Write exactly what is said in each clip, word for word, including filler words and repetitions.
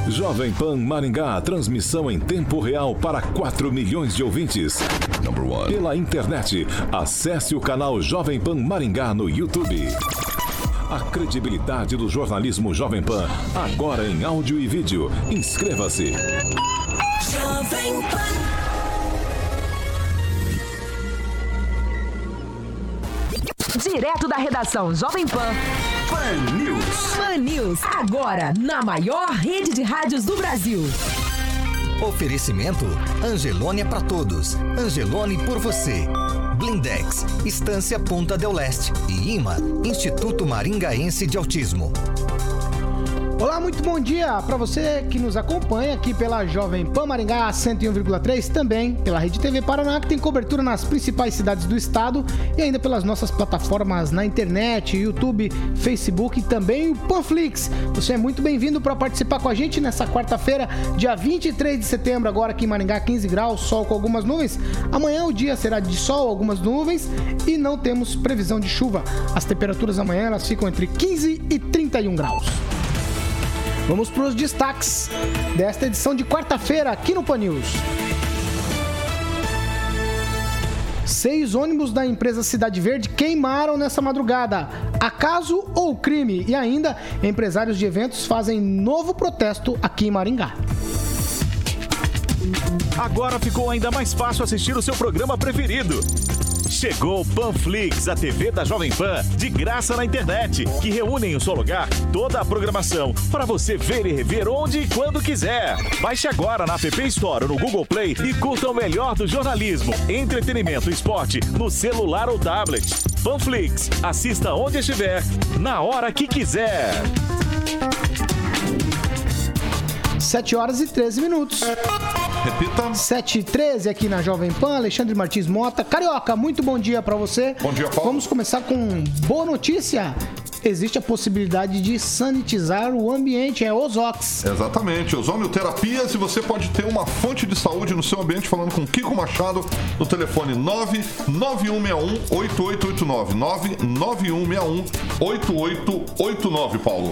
Jovem Pan Maringá, transmissão em tempo real para quatro milhões de ouvintes. Number one. Pela internet, acesse o canal Jovem Pan Maringá no YouTube. A credibilidade do jornalismo Jovem Pan, agora em áudio e vídeo. Inscreva-se. Jovem Pan. Direto da redação Jovem Pan. Pan News. Pan News, agora na maior rede de rádios do Brasil. Oferecimento Angelone é pra todos. Angelone por você. Blindex, Estância Punta del Leste e I M A, Instituto Maringaense de Autismo. Olá, muito bom dia para você que nos acompanha aqui pela Jovem Pan Maringá cento e um vírgula três, também pela Rede T V Paraná, que tem cobertura nas principais cidades do estado e ainda pelas nossas plataformas na internet, YouTube, Facebook e também o Panflix. Você é muito bem-vindo para participar com a gente nessa quarta-feira, dia vinte e três de setembro, agora aqui em Maringá, quinze graus, sol com algumas nuvens. Amanhã o dia será de sol, algumas nuvens e não temos previsão de chuva. As temperaturas amanhã elas ficam entre quinze e trinta e um graus. Vamos para os destaques desta edição de quarta-feira aqui no Pan News. Seis ônibus da empresa Cidade Verde queimaram nessa madrugada. Acaso ou crime? E ainda, empresários de eventos fazem novo protesto aqui em Maringá. Agora ficou ainda mais fácil assistir o seu programa preferido. Chegou o Panflix, a T V da Jovem Pan, de graça na internet, que reúne em um só lugar toda a programação para você ver e rever onde e quando quiser. Baixe agora na App Store ou no Google Play e curta o melhor do jornalismo, entretenimento e esporte no celular ou tablet. Panflix, assista onde estiver, na hora que quiser. sete horas e treze minutos. Repita. sete e treze aqui na Jovem Pan, Alexandre Martins Mota. Carioca, muito bom dia pra você. Bom dia, Paulo. Vamos começar com boa notícia. Existe a possibilidade de sanitizar o ambiente, é Ozox. Exatamente, Ozônio Terapias, e você pode ter uma fonte de saúde no seu ambiente, falando com Kiko Machado no telefone nove nove um seis um oito oito oito nove, nove nove um seis um oito oito oito nove, Paulo.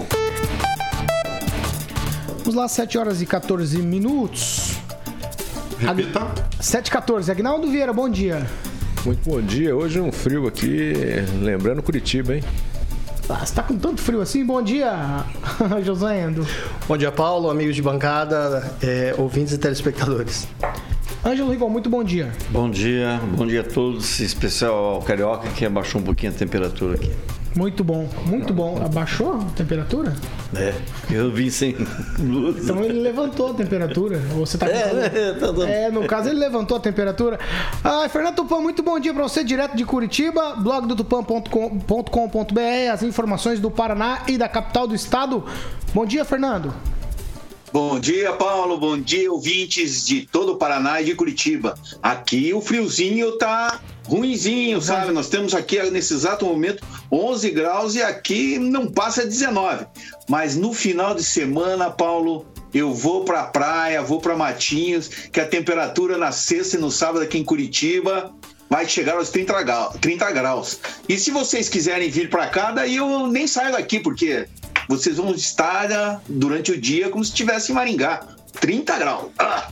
Vamos lá, sete horas e catorze minutos. Repita. Ag... sete e catorze. Agnaldo Vieira, bom dia. Muito bom dia. Hoje um frio aqui, lembrando Curitiba, hein? Ah, você tá com tanto frio assim? Bom dia, José Endo. Bom dia, Paulo, amigos de bancada, é, ouvintes e telespectadores. Ângelo Rigon, muito bom dia. Bom dia, bom dia a todos, em especial ao Carioca, que abaixou um pouquinho a temperatura aqui. Muito bom, muito bom. Abaixou a temperatura? É, eu vim sem blusa. Então ele levantou a temperatura. Você tá é, tá dando... é, no caso ele levantou a temperatura. Ah, Fernando Tupan, muito bom dia para você, direto de Curitiba, blog do tupan ponto com ponto b r, as informações do Paraná e da capital do estado. Bom dia, Fernando. Bom dia, Paulo. Bom dia, ouvintes de todo o Paraná e de Curitiba. Aqui o friozinho tá ruinzinho, sabe? Nós temos aqui, nesse exato momento, onze graus e aqui não passa dezenove. Mas no final de semana, Paulo, eu vou pra praia, vou pra Matinhos, que a temperatura na sexta e no sábado aqui em Curitiba vai chegar aos trinta graus. E se vocês quiserem vir pra cá, daí eu nem saio daqui, porque vocês vão estar durante o dia como se estivesse em Maringá. trinta graus. Ah!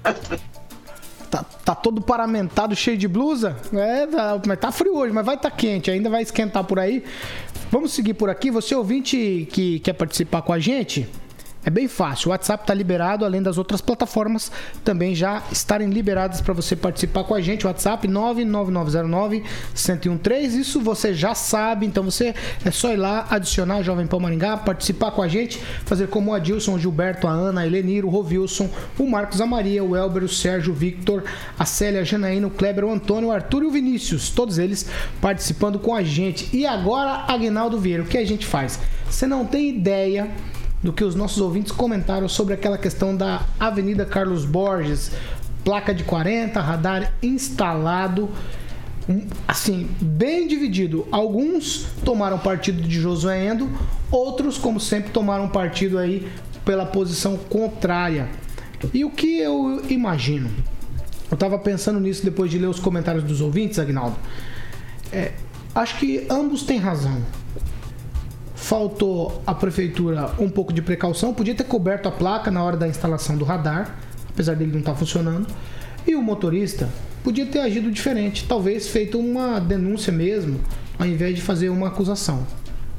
Tá, tá todo paramentado, cheio de blusa? É, tá, mas tá frio hoje, mas vai estar tá quente, ainda vai esquentar por aí. Vamos seguir por aqui. Você ouvinte que quer participar com a gente, é bem fácil. O WhatsApp está liberado, além das outras plataformas também já estarem liberadas para você participar com a gente. O WhatsApp nove nove nove zero nove um zero um três. Isso você já sabe, então você é só ir lá, adicionar Jovem Pan Maringá, participar com a gente, fazer como o Adilson, o Gilberto, a Ana, a Elenir, o Rovilson, o Marcos, a Maria, o Elber, o Sérgio, o Victor, a Célia, a Janaína, o Kleber, o Antônio, o Arthur e o Vinícius. Todos eles participando com a gente. E agora, Aguinaldo Vieira, o que a gente faz? Você não tem ideia do que os nossos ouvintes comentaram sobre aquela questão da Avenida Carlos Borges, placa de quarenta, radar instalado, assim, bem dividido. Alguns tomaram partido de Josué Endo, outros, como sempre, tomaram partido aí pela posição contrária. E o que eu imagino? Eu estava pensando nisso depois de ler os comentários dos ouvintes, Aguinaldo. É, acho que ambos têm razão. faltou a prefeitura um pouco de precaução, podia ter coberto a placa na hora da instalação do radar, apesar dele não estar funcionando, e o motorista podia ter agido diferente, talvez feito uma denúncia mesmo, ao invés de fazer uma acusação.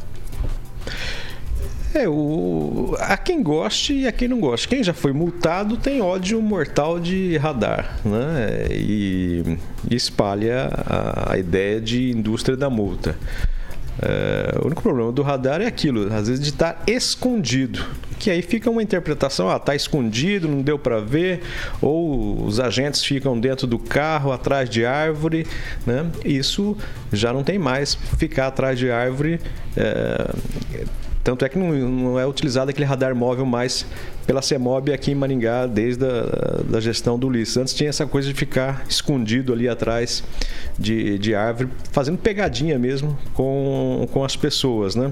É, o, a quem goste e a quem não goste. Quem já foi multado tem ódio mortal de radar, né? E, e espalha a, a ideia de indústria da multa. É, o único problema do radar é aquilo, às vezes de estar escondido, que aí fica uma interpretação, ah, tá escondido, não deu para ver, ou os agentes ficam dentro do carro, atrás de árvore, né? Isso já não tem mais, ficar atrás de árvore, é, tanto é que não, não é utilizado aquele radar móvel mais pela CEMOB aqui em Maringá, desde a da gestão do Ulisses. Antes tinha essa coisa de ficar escondido ali atrás de, de árvore, fazendo pegadinha mesmo com, com as pessoas, né?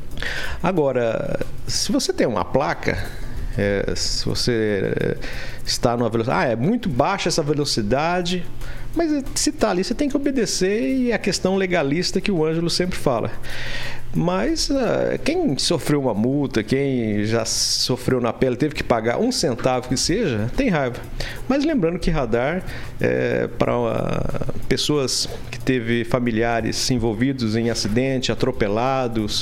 Agora, se você tem uma placa, é, se você está numa velocidade, ah, é muito baixa essa velocidade, mas se está ali, você tem que obedecer, e é a questão legalista que o Ângelo sempre fala. Mas uh, quem sofreu uma multa, quem já sofreu na pele, teve que pagar um centavo que seja, tem raiva. Mas lembrando que radar, é, para uh, pessoas que teve familiares envolvidos em acidente, atropelados,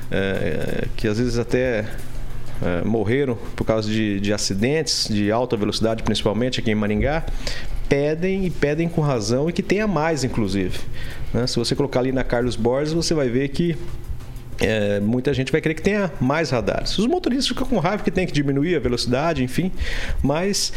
uh, que às vezes até uh, morreram por causa de, de acidentes de alta velocidade, principalmente aqui em Maringá, pedem e pedem com razão, e que tenha mais, inclusive. Né? Se você colocar ali na Carlos Borges, você vai ver que É, muita gente vai querer que tenha mais radares. Os motoristas ficam com raiva que tem que diminuir a velocidade, enfim, mas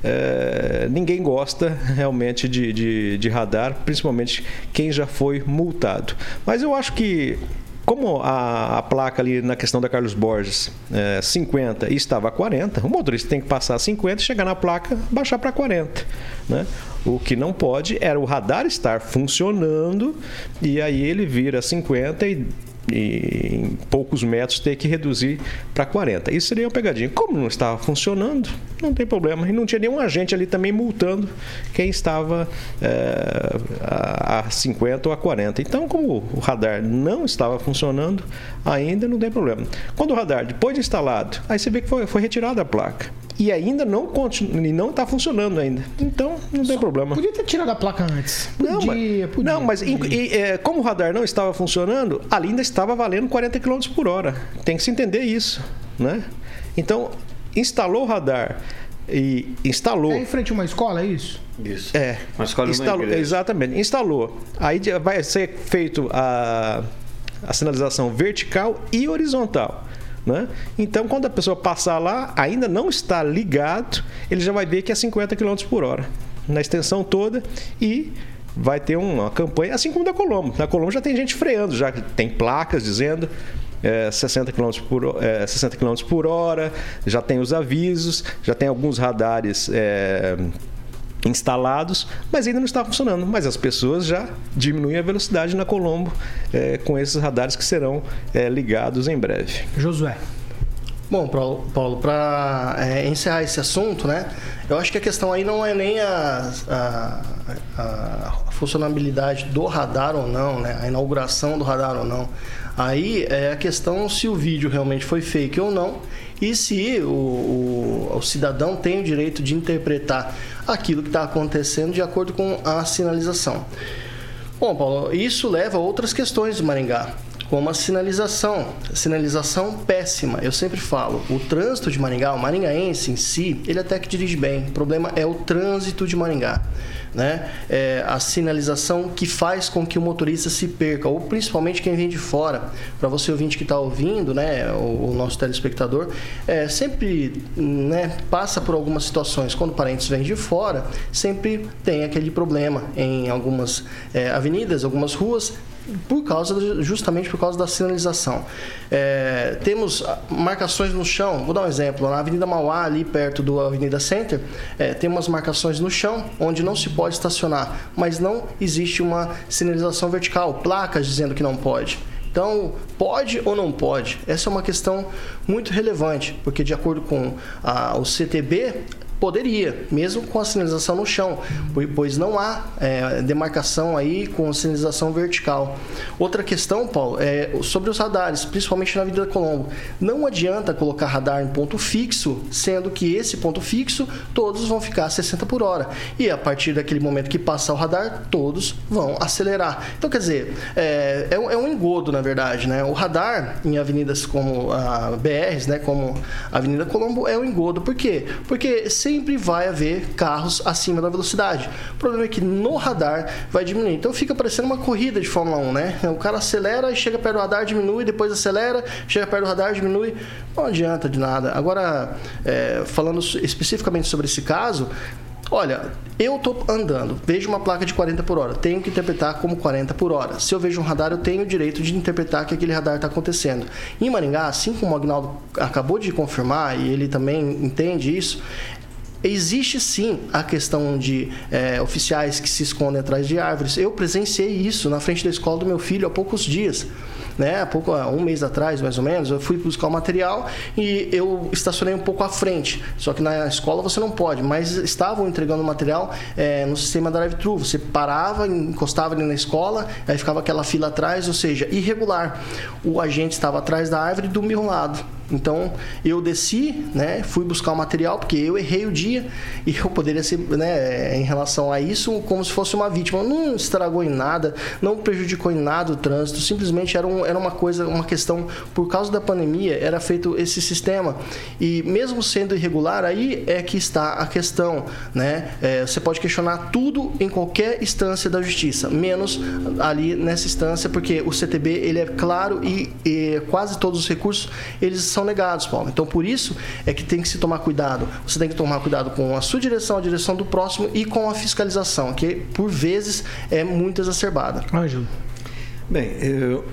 é, ninguém gosta realmente de, de, de radar, principalmente quem já foi multado. Mas eu acho que, como a, a placa ali na questão da Carlos Borges é, cinquenta e estava a quarenta, o motorista tem que passar a cinquenta, chegar na placa, baixar para quarenta, né? O que não pode era o radar estar funcionando e aí ele vira cinquenta e e em poucos metros ter que reduzir para quarenta. Isso seria uma pegadinha. Como não estava funcionando, não tem problema. E não tinha nenhum agente ali também multando quem estava é, a cinquenta ou a quarenta. Então, como o radar não estava funcionando ainda, não tem problema. Quando o radar, depois de instalado, aí você vê que foi, foi retirada a placa. E ainda não continua, e não está funcionando ainda. Então, não tem Só problema. Podia ter tirado a placa antes. Podia, não, mas, podia. Não, mas em, e, é, como o radar não estava funcionando, ali ainda estava valendo quarenta quilômetros por hora. Tem que se entender isso, né? Então, instalou o radar e instalou... É em frente a uma escola, é isso? Isso. É. Uma escola instalou, exatamente. Instalou. Aí vai ser feito a, a sinalização vertical e horizontal. Né? Então, quando a pessoa passar lá, ainda não está ligado, ele já vai ver que é cinquenta quilômetros por hora na extensão toda, e vai ter uma campanha, assim como da Colombo. Na Colombo já tem gente freando, já tem placas dizendo é, sessenta quilômetros por, é, sessenta quilômetros por hora, já tem os avisos, já tem alguns radares é, instalados, mas ainda não está funcionando. Mas as pessoas já diminuem a velocidade na Colombo é, com esses radares que serão é, ligados em breve. Josué. Bom, Paulo, para é, encerrar esse assunto, né? Eu acho que a questão aí não é nem a, a, a funcionabilidade do radar ou não, né? A inauguração do radar ou não. Aí é a questão se o vídeo realmente foi fake ou não, e se o, o, o cidadão tem o direito de interpretar aquilo que está acontecendo de acordo com a sinalização. Bom, Paulo, isso leva a outras questões do Maringá, como a sinalização. A sinalização péssima. Eu sempre falo, o trânsito de Maringá, o maringaense em si, ele até que dirige bem. O problema é o trânsito de Maringá, né? É a sinalização que faz com que o motorista se perca, ou principalmente quem vem de fora. Para você ouvinte que está ouvindo, né, o, o nosso telespectador, é, sempre, né, passa por algumas situações. Quando parentes vêm de fora, sempre tem aquele problema em algumas é, avenidas, algumas ruas, por causa, justamente por causa da sinalização. É, temos marcações no chão. Vou dar um exemplo. Na Avenida Mauá, ali perto do Avenida Center, é, tem umas marcações no chão onde não se pode estacionar, mas não existe uma sinalização vertical, placas dizendo que não pode. Então, pode ou não pode? Essa é uma questão muito relevante, porque de acordo com a, o C T B, Poderia, mesmo com a sinalização no chão, pois não há é, demarcação aí com sinalização vertical. Outra questão, Paulo, é sobre os radares, principalmente na Avenida Colombo. Não adianta colocar radar em ponto fixo, sendo que esse ponto fixo, todos vão ficar a sessenta por hora. E a partir daquele momento que passar o radar, todos vão acelerar. Então, quer dizer, é, é, um, é um engodo, na verdade, né? O radar em avenidas como a B Rs, né, como a Avenida Colombo, é um engodo. Por quê? Porque sempre vai haver carros acima da velocidade. O problema é que no radar vai diminuir. Então fica parecendo uma corrida de Fórmula um, né? O cara acelera e chega perto do radar, diminui, depois acelera, chega perto do radar, diminui. Não adianta de nada. Agora, é, falando especificamente sobre esse caso, olha, eu estou andando, vejo uma placa de quarenta por hora, tenho que interpretar como quarenta por hora. Se eu vejo um radar, eu tenho o direito de interpretar que aquele radar está acontecendo. Em Maringá, assim como o Agnaldo acabou de confirmar, e ele também entende isso, existe sim a questão de é, oficiais que se escondem atrás de árvores. Eu presenciei isso na frente da escola do meu filho há poucos dias. Né? Há pouco, um mês atrás, mais ou menos, eu fui buscar o material e eu estacionei um pouco à frente. Só que na escola você não pode, mas estavam entregando o material é, no sistema drive-thru. Você parava, encostava ali na escola, aí ficava aquela fila atrás, ou seja, irregular. O agente estava atrás da árvore do meu lado. Então, eu desci, né, fui buscar o material, porque eu errei o dia e eu poderia ser, né, em relação a isso, como se fosse uma vítima. Não estragou em nada, não prejudicou em nada o trânsito, simplesmente era, um, era uma coisa, uma questão, por causa da pandemia, era feito esse sistema. E mesmo sendo irregular, aí é que está a questão, né? É, você pode questionar tudo em qualquer instância da justiça, menos ali nessa instância, porque o C T B, ele é claro e, e quase todos os recursos, eles são negados, Paulo. Então, por isso é que tem que se tomar cuidado. Você tem que tomar cuidado com a sua direção, a direção do próximo e com a fiscalização, que por vezes é muito exacerbada. Ângelo. Bem, eu,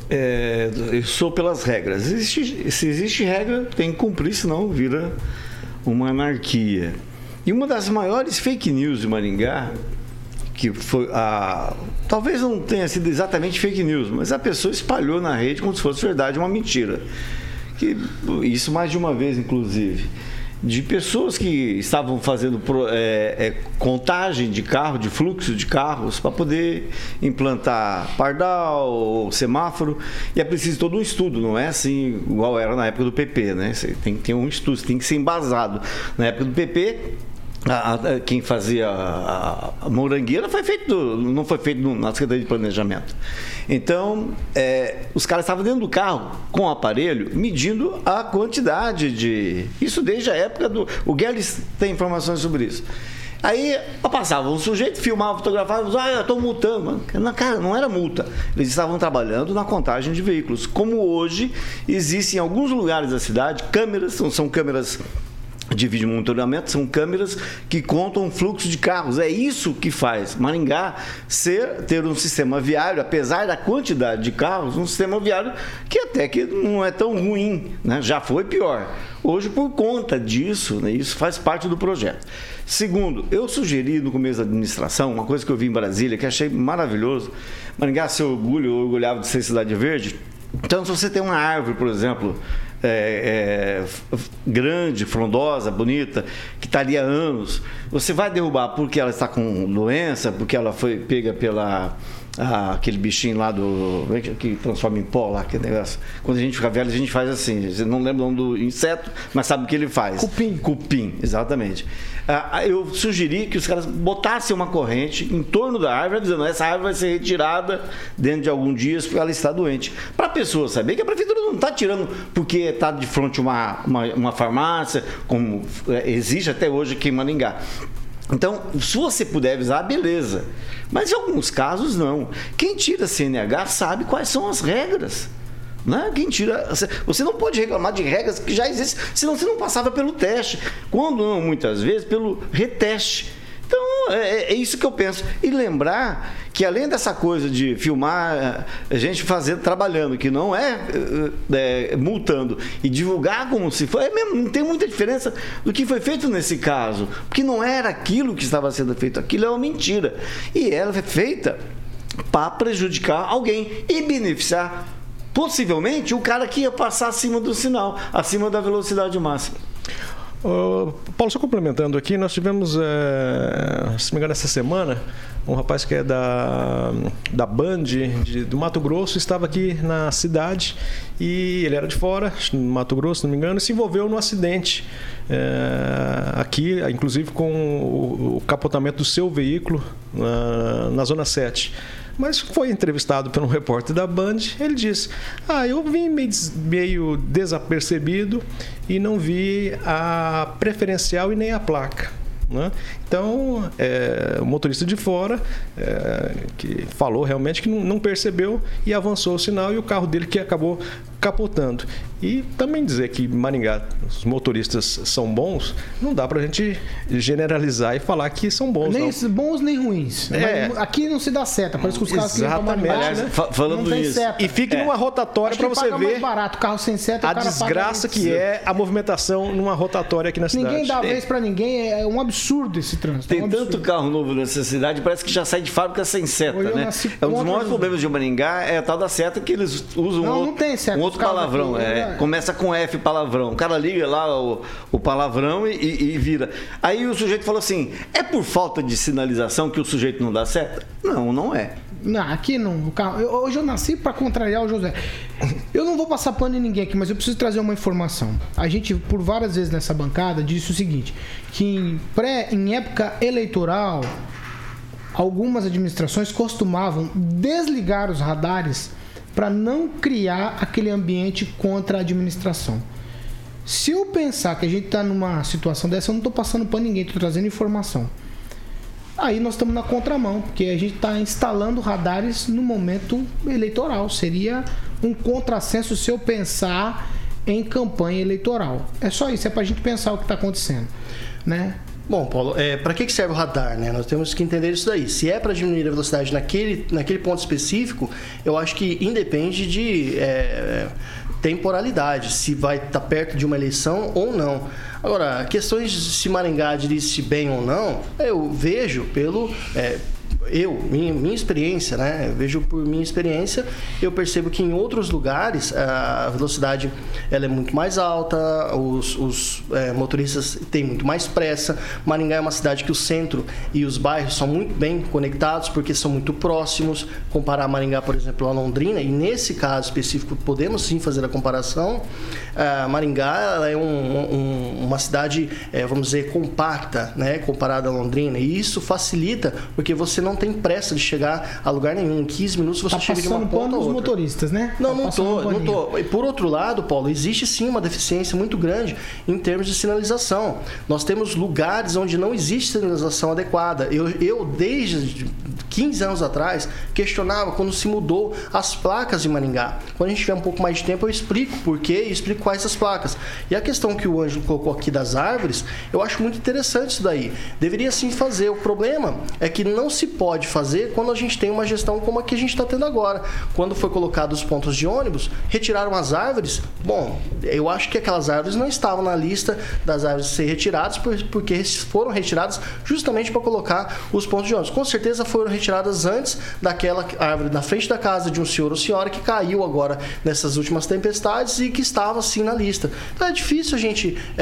é, eu sou pelas regras. Existe, se existe regra, tem que cumprir, senão vira uma anarquia. E uma das maiores fake news de Maringá, que foi a... talvez não tenha sido exatamente fake news, mas a pessoa espalhou na rede como se fosse verdade uma mentira. Que, isso mais de uma vez, inclusive, de pessoas que estavam fazendo é, é, contagem de carro, de fluxo de carros, para poder implantar pardal ou semáforo, e é preciso todo um estudo, não é assim igual era na época do P P, né? Você tem que ter um estudo, você tem que ser embasado. Na época do P P, A, a, quem fazia a, a morangueira foi feito, não foi feito na Secretaria de Planejamento. Então, é, os caras estavam dentro do carro com o aparelho medindo a quantidade de... Isso desde a época do... O Guedes tem informações sobre isso. Aí passava um sujeito, filmava, fotografava, ah, eu estou multando. Mas, cara, não era multa. Eles estavam trabalhando na contagem de veículos. Como hoje, existem em alguns lugares da cidade câmeras, são, são câmeras... de vídeo monitoramento, são câmeras que contam o fluxo de carros. É isso que faz Maringá ser, ter um sistema viário, apesar da quantidade de carros, um sistema viário que até que não é tão ruim, né? Já foi pior. Hoje, por conta disso, né, isso faz parte do projeto. Segundo, eu sugeri no começo da administração, uma coisa que eu vi em Brasília, que achei maravilhoso. Maringá, seu orgulho, eu orgulhava de ser cidade verde. Então, se você tem uma árvore, por exemplo, É, é, grande, frondosa, bonita, que está ali há anos, você vai derrubar porque ela está com doença, porque ela foi pega pela ah, aquele bichinho lá do que transforma em pó lá, aquele negócio. Quando a gente fica velho, a gente faz assim, você não lembra o nome do inseto, mas sabe o que ele faz? Cupim. Cupim, exatamente. Ah, eu sugeri que os caras botassem uma corrente em torno da árvore, dizendo que essa árvore vai ser retirada dentro de alguns dias porque ela está doente. Para a pessoa saber que a prefeitura não está tirando porque está de frente uma, uma, uma farmácia, como existe até hoje aqui em Maringá. Então, se você puder avisar, beleza. Mas em alguns casos, não. Quem tira C N H sabe quais são as regras. Né? Quem tira, você não pode reclamar de regras que já existem, senão você não passava pelo teste. Quando não, muitas vezes, pelo reteste. Então, é, é isso que eu penso. E lembrar que, além dessa coisa de filmar a gente fazendo, trabalhando, que não é, é multando, e divulgar como se for, é mesmo, não tem muita diferença do que foi feito nesse caso. Porque não era aquilo que estava sendo feito, aquilo é uma mentira. E ela foi feita para prejudicar alguém e beneficiar, possivelmente, o cara que ia passar acima do sinal, acima da velocidade máxima. Uh, Paulo, só complementando aqui, nós tivemos, é, se não me engano, essa semana, um rapaz que é da, da Band, de, do Mato Grosso, estava aqui na cidade e ele era de fora, no Mato Grosso, se não me engano, e se envolveu num acidente é, aqui, inclusive com o, o capotamento do seu veículo na, na Zona sete. Mas foi entrevistado por um repórter da Band, ele disse, ah, eu vim meio, meio desapercebido e não vi a preferencial e nem a placa. Né? Então, é, o motorista de fora é, que falou realmente que não, não percebeu e avançou o sinal e o carro dele que acabou capotando. E também dizer que Maringá, os motoristas são bons, não dá pra gente generalizar e falar que são bons. Nem não. bons nem ruins. É. Aqui não se dá seta, parece que os carros Exatamente. que Maringá, né? Falando não tem isso. seta. E fique é. numa rotatória para você ver mais barato, carro sem seta, a o cara desgraça paga... que é a movimentação numa rotatória aqui na cidade. Ninguém dá vez pra ninguém, é um absurdo esse trânsito. Tem é um tanto carro novo nessa cidade, parece que já sai de fábrica sem seta, né? É um dos maiores problemas de Maringá, é a tal da seta que eles usam não, um, não outro, tem seta, um outro palavrão. É, é. Começa com F palavrão. O cara liga lá o, o palavrão e, e, e vira. Aí o sujeito falou assim, é por falta de sinalização que o sujeito não dá seta? Não, não é. Não, aqui não. O carro, eu, hoje eu nasci para contrariar o José. Eu não vou passar pano em ninguém aqui, mas eu preciso trazer uma informação. A gente, por várias vezes nessa bancada, disse o seguinte, que em, pré, em época eleitoral, algumas administrações costumavam desligar os radares para não criar aquele ambiente contra a administração. Se eu pensar que a gente está numa situação dessa, eu não estou passando pano em ninguém, estou trazendo informação. Aí nós estamos na contramão, porque a gente está instalando radares no momento eleitoral. Seria um contrassenso se eu pensar em campanha eleitoral. É só isso, é para a gente pensar o que está acontecendo, né? Bom, Paulo, é, para que serve o radar, né? Nós temos que entender isso daí. Se é para diminuir a velocidade naquele, naquele ponto específico, eu acho que independe de é, temporalidade, se vai estar tá perto de uma eleição ou não. Agora, questões de se Maringá dirige-se bem ou não, eu vejo pelo... É, eu, minha, minha experiência, né? Eu vejo por minha experiência, eu percebo que em outros lugares a velocidade ela é muito mais alta, os, os é, motoristas têm muito mais pressa. Maringá é uma cidade que o centro e os bairros são muito bem conectados porque são muito próximos. Comparar Maringá, por exemplo, a Londrina, e nesse caso específico podemos sim fazer a comparação. Uh, Maringá ela é um, um, uma cidade, é, vamos dizer, compacta, né? Comparada a Londrina, e isso facilita porque você não tem pressa de chegar a lugar nenhum. Em quinze minutos você tá chega de uma ponta a outra. Os motoristas, né? Não, tá não tô, não tô. E por outro lado, Paulo, existe sim uma deficiência muito grande em termos de sinalização. Nós temos lugares onde não existe sinalização adequada. Eu, eu desde quinze anos atrás, questionava quando se mudou as placas de Maringá. Quando a gente tiver um pouco mais de tempo, eu explico por quê e explico quais essas placas. E a questão que o Ângelo colocou aqui das árvores, eu acho muito interessante isso daí. Deveria sim fazer. O problema é que não se pode fazer quando a gente tem uma gestão como a que a gente está tendo agora. Quando foi colocado os pontos de ônibus, retiraram as árvores. Bom, eu acho que aquelas árvores não estavam na lista das árvores a ser retiradas, porque foram retiradas justamente para colocar os pontos de ônibus. Com certeza foram retiradas antes daquela árvore na frente da casa de um senhor ou senhora que caiu agora nessas últimas tempestades e que estava assim na lista. Então é difícil a gente é,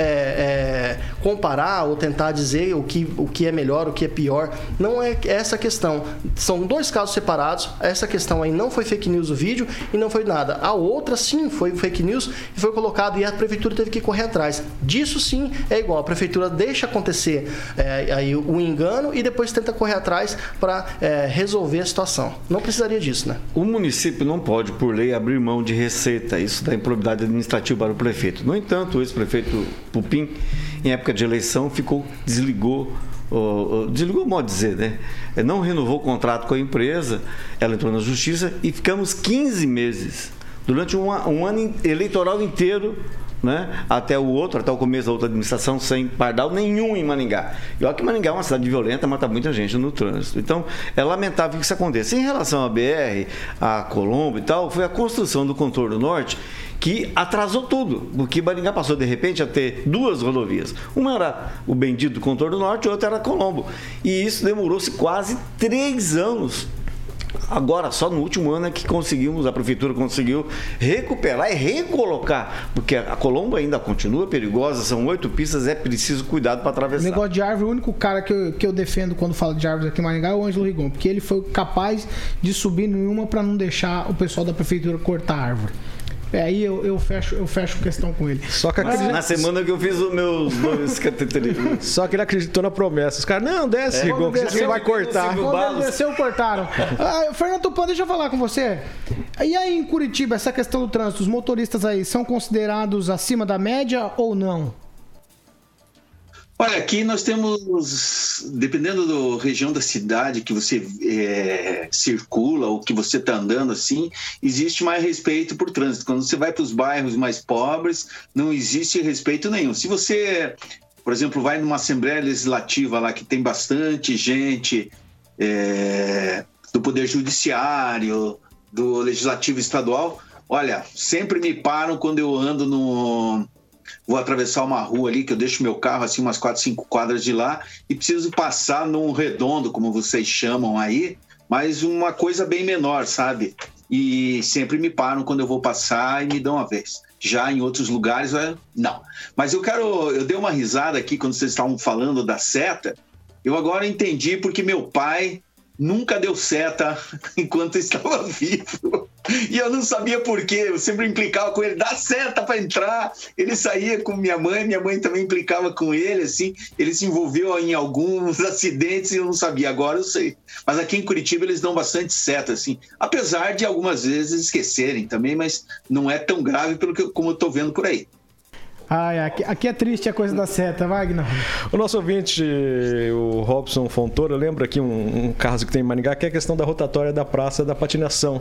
é, comparar ou tentar dizer o que, o que é melhor, o que é pior. Não é essa a questão. São dois casos separados. Essa questão aí não foi fake news o vídeo e não foi nada. A outra sim foi fake news e foi colocado e a prefeitura teve que correr atrás. Disso sim é igual. A prefeitura deixa acontecer é, aí o engano e depois tenta correr atrás para é, resolver a situação. Não precisaria disso, né? O município não pode, por lei, abrir mão de receita. Isso dá improbidade administrativa para o prefeito. No entanto, o ex-prefeito Pupim, em época de eleição, ficou, desligou, uh, desligou, modo de dizer, né? Não renovou o contrato com a empresa, ela entrou na justiça e ficamos quinze meses, durante um, um ano eleitoral inteiro, né? Até o outro, até o começo da outra administração, sem pardal nenhum em Maringá. E olha que Maringá é uma cidade violenta, mata muita gente no trânsito. Então, é lamentável que isso aconteça. Em relação à B R, a Colombo e tal, foi a construção do contorno norte que atrasou tudo, porque Maringá passou de repente a ter duas rodovias. Uma era o bendito contorno norte, a outra era Colombo. E isso demorou-se quase três anos Agora, só no último ano é que conseguimos, a prefeitura conseguiu recuperar e recolocar, porque a Colombo ainda continua perigosa, são oito pistas, é preciso cuidado para atravessar. Negócio de árvore, o único cara que eu, que eu defendo quando falo de árvores aqui em Maringá é o Ângelo Rigon, porque ele foi capaz de subir nenhuma para não deixar o pessoal da prefeitura cortar a árvore. É, aí eu, eu, fecho, eu fecho questão com ele. Só que acredito... Na semana que eu fiz os meus dois cateterismos. Só que ele acreditou na promessa. Os caras, não, desce, é, Rigon, que você vai cortar. Quando ele desceu, cortaram. Ah, Fernando Tupan, deixa eu falar com você. E aí em Curitiba, essa questão do trânsito, os motoristas aí são considerados acima da média ou não? Olha, aqui nós temos, dependendo da região da cidade que você é, circula ou que você está andando assim, existe mais respeito por trânsito. Quando você vai para os bairros mais pobres, não existe respeito nenhum. Se você, por exemplo, vai numa Assembleia Legislativa lá que tem bastante gente é, do Poder Judiciário, do Legislativo Estadual, olha, sempre me param quando eu ando no... Vou atravessar uma rua ali, que eu deixo meu carro assim umas quatro, cinco quadras de lá e preciso passar num redondo, como vocês chamam aí, mas uma coisa bem menor, sabe? E sempre me param quando eu vou passar e me dão uma vez. Já em outros lugares, não. Mas eu quero... Eu dei uma risada aqui quando vocês estavam falando da seta. Eu agora entendi porque meu pai nunca deu seta enquanto estava vivo. E eu não sabia por quê. Eu sempre implicava com ele, dá seta para entrar. Ele saía com minha mãe, minha mãe também implicava com ele, assim. Ele se envolveu em alguns acidentes e eu não sabia. Agora eu sei. Mas aqui em Curitiba eles dão bastante seta, assim. Apesar de algumas vezes esquecerem também, mas não é tão grave pelo que, como eu estou vendo por aí. Ai, aqui, aqui é triste a coisa da seta, Wagner. O nosso ouvinte, o Robson Fontoura, lembra aqui um, um caso que tem em Maringá, que é a questão da rotatória da Praça da Patinação,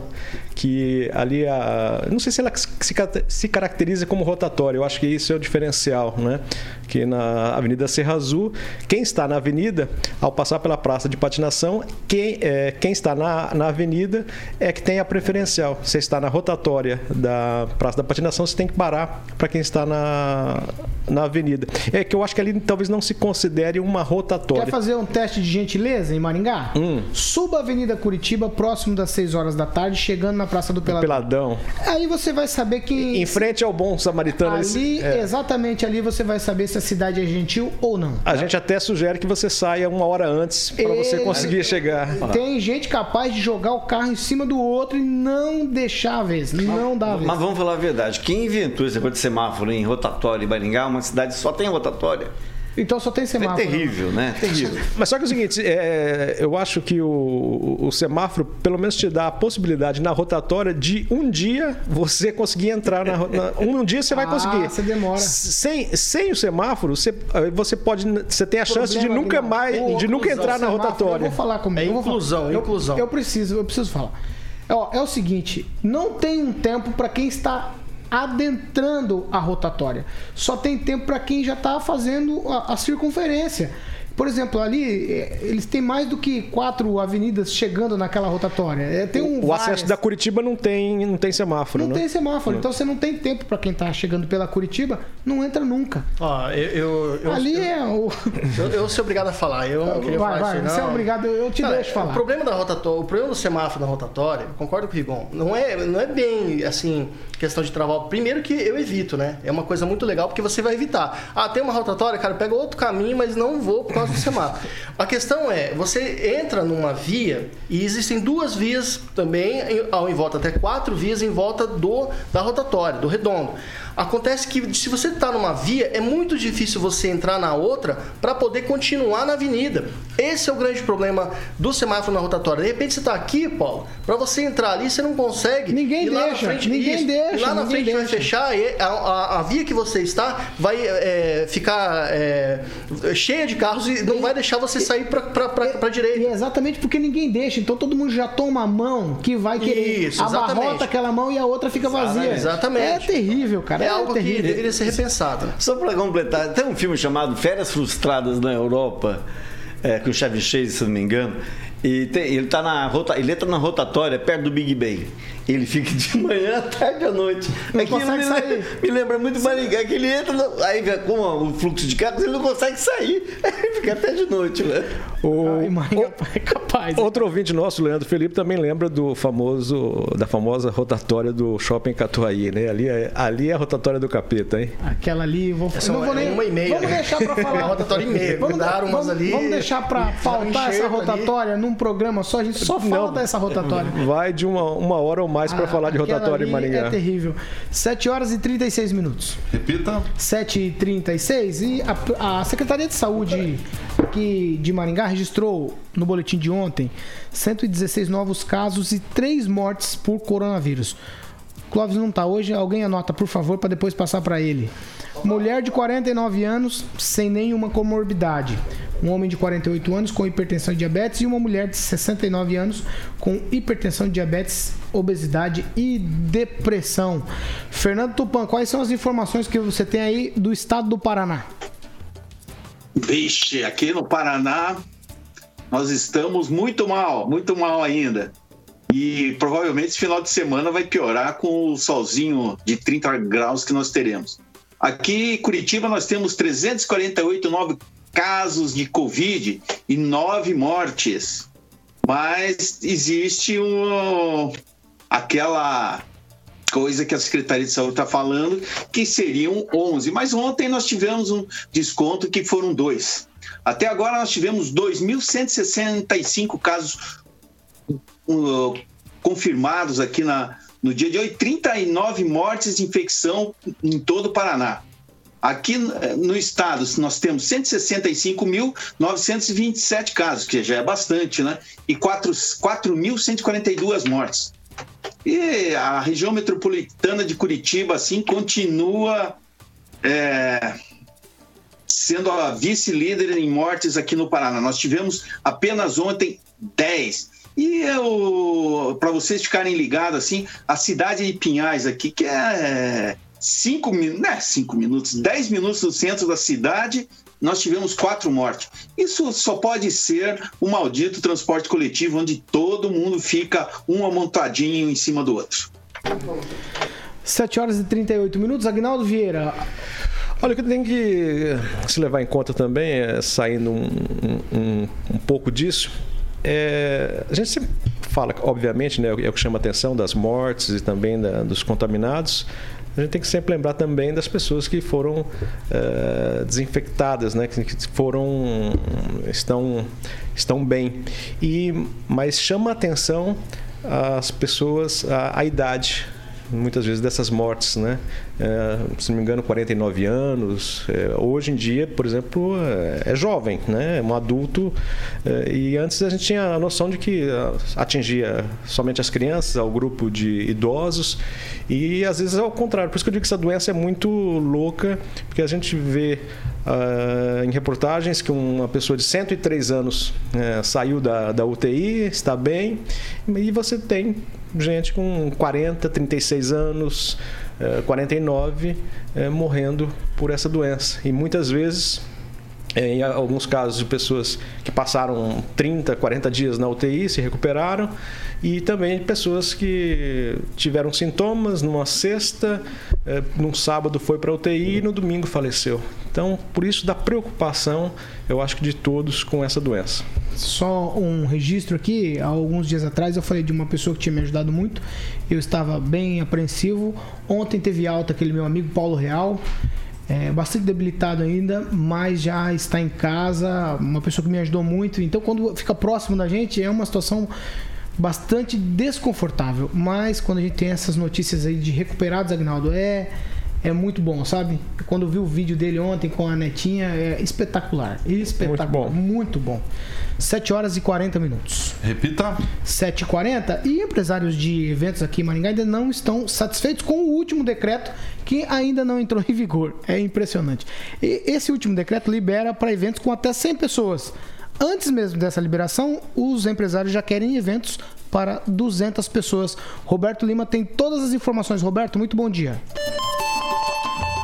que ali, a, não sei se ela se, se caracteriza como rotatória, eu acho que isso é o diferencial, né? Que na Avenida Serra Azul, quem está na avenida, ao passar pela Praça de Patinação, quem, é, quem está na, na avenida é que tem a preferencial. Você está na rotatória da Praça da Patinação, você tem que parar para quem está na na avenida. É que eu acho que ali talvez não se considere uma rotatória. Quer fazer um teste de gentileza em Maringá? Hum. Suba a Avenida Curitiba, próximo das seis horas da tarde, chegando na Praça do Peladão. Peladão. Aí você vai saber que... Em frente ao Bom Samaritano. Ali, é. Exatamente ali, você vai saber se a cidade é gentil ou não. A gente até sugere que você saia uma hora antes para e... você conseguir chegar. Tem gente capaz de jogar o carro em cima do outro e não deixar a vez. Não dá a vez. Mas vamos falar a verdade. Quem inventou esse negócio de semáforo em rotatória e Maringá, uma cidade só tem rotatória. Então só tem semáforo. É terrível, né? Terrível. Mas só que é o seguinte, é, eu acho que o, o semáforo pelo menos te dá a possibilidade na rotatória de um dia você conseguir entrar na, na um dia você vai conseguir. Ah, você demora. Sem, sem o semáforo, você, você pode, você tem a chance de nunca mais, o, de nunca entrar na rotatória. Eu vou falar comigo. É inclusão, eu, inclusão. Eu, eu preciso, eu preciso falar. Ó, é o seguinte, não tem um tempo para quem está adentrando a rotatória. Só tem tempo para quem já está fazendo a, a circunferência. Por exemplo, ali, eles têm mais do que quatro avenidas chegando naquela rotatória. Tem um o várias... acesso da Curitiba não tem, não tem semáforo, Não né? tem semáforo. Então você não tem tempo para quem está chegando pela Curitiba, não entra nunca. Ó, eu, eu, eu, ali eu, é o... Eu, eu sou obrigado a falar. Eu não queria vai, falar vai, isso, não. Você é obrigado, eu te Cara, deixo falar. O problema da rotatória, o problema do semáforo na rotatória, eu concordo com o Rigon, não é, não é bem, assim, questão de travar. Primeiro que eu evito, né? É uma coisa muito legal, porque você vai evitar. Ah, tem uma rotatória, cara, pega outro caminho, mas não vou por causa do semáforo. A questão é, você entra numa via e existem duas vias também, ao em volta, até quatro vias em volta do, da rotatória, do redondo. Acontece que se você está numa via, é muito difícil você entrar na outra para poder continuar na avenida. Esse é o grande problema do semáforo na rotatória. De repente você está aqui, Paulo, para você entrar ali, você não consegue. Ninguém e lá deixa, na frente, ninguém isso, deixa. E lá na frente deixa. vai fechar, e a, a, a via que você está vai é, ficar é, cheia de carros e não e, vai deixar você sair para a direita. E é exatamente porque ninguém deixa. Então todo mundo já toma a mão que vai querer. Isso, abarrota aquela mão e a outra fica vazia. Exatamente. É terrível, cara. É, é algo terrível. que deveria ser repensado. Só para completar, tem um filme chamado Férias Frustradas na Europa, é, com o Chevy Chase, se não me engano. E tem, ele está na, rota, ele tá na rotatória, perto do Big Ben. Ele fica de manhã, à tarde, à noite. Não Aquilo consegue me, sair. Me lembra muito Maringá, que ele entra, no, aí com o fluxo de carros, ele não consegue sair. Ele fica até de noite, né? O... Ai, Maringá é capaz. Outro ouvinte nosso, Leandro Felipe, também lembra do famoso, da famosa rotatória do Shopping Catuaí, né? Ali é, ali é a rotatória do capeta, hein? Aquela ali, vou Essa não é vou nem. uma e meia, Vamos né? deixar pra falar. É uma rotatória e meia. Vamos, Mudaram umas vamos, ali. vamos deixar pra pautar essa rotatória ali num programa só. A gente só fala Não, dessa rotatória. Vai de uma, uma hora ou mais para Ah, falar de aquela rotatória em ali Maringá. É terrível. sete horas e trinta e seis minutos. Repita. sete e trinta e seis. E a, a Secretaria de Saúde aqui de Maringá registrou no boletim de ontem cento e dezesseis novos casos e três mortes por coronavírus. Clóvis não tá hoje, alguém anota, por favor, para depois passar para ele. Mulher de quarenta e nove anos sem nenhuma comorbidade. Um homem de quarenta e oito anos com hipertensão e diabetes e uma mulher de sessenta e nove anos com hipertensão, diabetes, obesidade e depressão. Fernando Tupan, quais são as informações que você tem aí do estado do Paraná? Vixe, aqui no Paraná nós estamos muito mal, muito mal ainda. E provavelmente esse final de semana vai piorar com o solzinho de trinta graus que nós teremos. Aqui em Curitiba nós temos trezentos e quarenta e oito novos casos de Covid e nove mortes. Mas existe um, aquela coisa que a Secretaria de Saúde está falando, que seriam onze. Mas ontem nós tivemos um desconto que foram dois. Até agora nós tivemos dois mil cento e sessenta e cinco casos uh, confirmados aqui na, no dia de hoje, trinta e nove mortes de infecção em todo o Paraná. Aqui no estado nós temos cento e sessenta e cinco mil novecentos e vinte e sete casos, que já é bastante, né? E quatro mil cento e quarenta e duas mortes. E a região metropolitana de Curitiba, assim, continua é, sendo a vice-líder em mortes aqui no Paraná. Nós tivemos apenas ontem dez. E para vocês ficarem ligados, assim, a cidade de Pinhais aqui, que é cinco, né, cinco minutos, dez minutos do centro da cidade, nós tivemos quatro mortes. Isso só pode ser o maldito transporte coletivo, onde todo mundo fica um amontadinho em cima do outro. sete horas e trinta e oito minutos. Aguinaldo Vieira. Olha, o que tem que se levar em conta também, é, saindo um, um, um pouco disso, é, a gente sempre fala, obviamente, né, é o que chama a atenção das mortes e também da, dos contaminados. A gente tem que sempre lembrar também das pessoas que foram uh, desinfectadas, né? Que foram, estão, estão bem. E, mas chama a atenção as pessoas, a, a idade, muitas vezes, dessas mortes, né? É, se não me engano, quarenta e nove anos. É, hoje em dia, por exemplo, é, é jovem, né? É um adulto. É, e antes a gente tinha a noção de que atingia somente as crianças, ao grupo de idosos. E às vezes é ao contrário. Por isso que eu digo que essa doença é muito louca, porque a gente vê uh, em reportagens que uma pessoa de cento e três anos uh, saiu da, da U T I, está bem, e você tem gente com quarenta, trinta e seis anos, quarenta e nove, morrendo por essa doença. E muitas vezes, em alguns casos de pessoas que passaram trinta, quarenta dias na U T I, se recuperaram, e também pessoas que tiveram sintomas numa sexta, num sábado foi para a U T I e no domingo faleceu. Então, por isso da preocupação, eu acho que de todos com essa doença. Só um registro aqui, há alguns dias atrás eu falei de uma pessoa que tinha me ajudado muito, eu estava bem apreensivo. Ontem teve alta aquele meu amigo Paulo Real, é, bastante debilitado ainda, mas já está em casa, uma pessoa que me ajudou muito. Então, quando fica próximo da gente, é uma situação bastante desconfortável, mas quando a gente tem essas notícias aí de recuperados, Aguinaldo, é... É muito bom, sabe? Quando eu vi o vídeo dele ontem com a netinha, é espetacular. Espetacular. Muito bom. Muito bom. sete horas e quarenta minutos. Repita. sete e quarenta. E empresários de eventos aqui em Maringá ainda não estão satisfeitos com o último decreto que ainda não entrou em vigor. É impressionante. E esse último decreto libera para eventos com até cem pessoas. Antes mesmo dessa liberação, os empresários já querem eventos para duzentas pessoas. Roberto Lima tem todas as informações. Roberto, muito bom dia.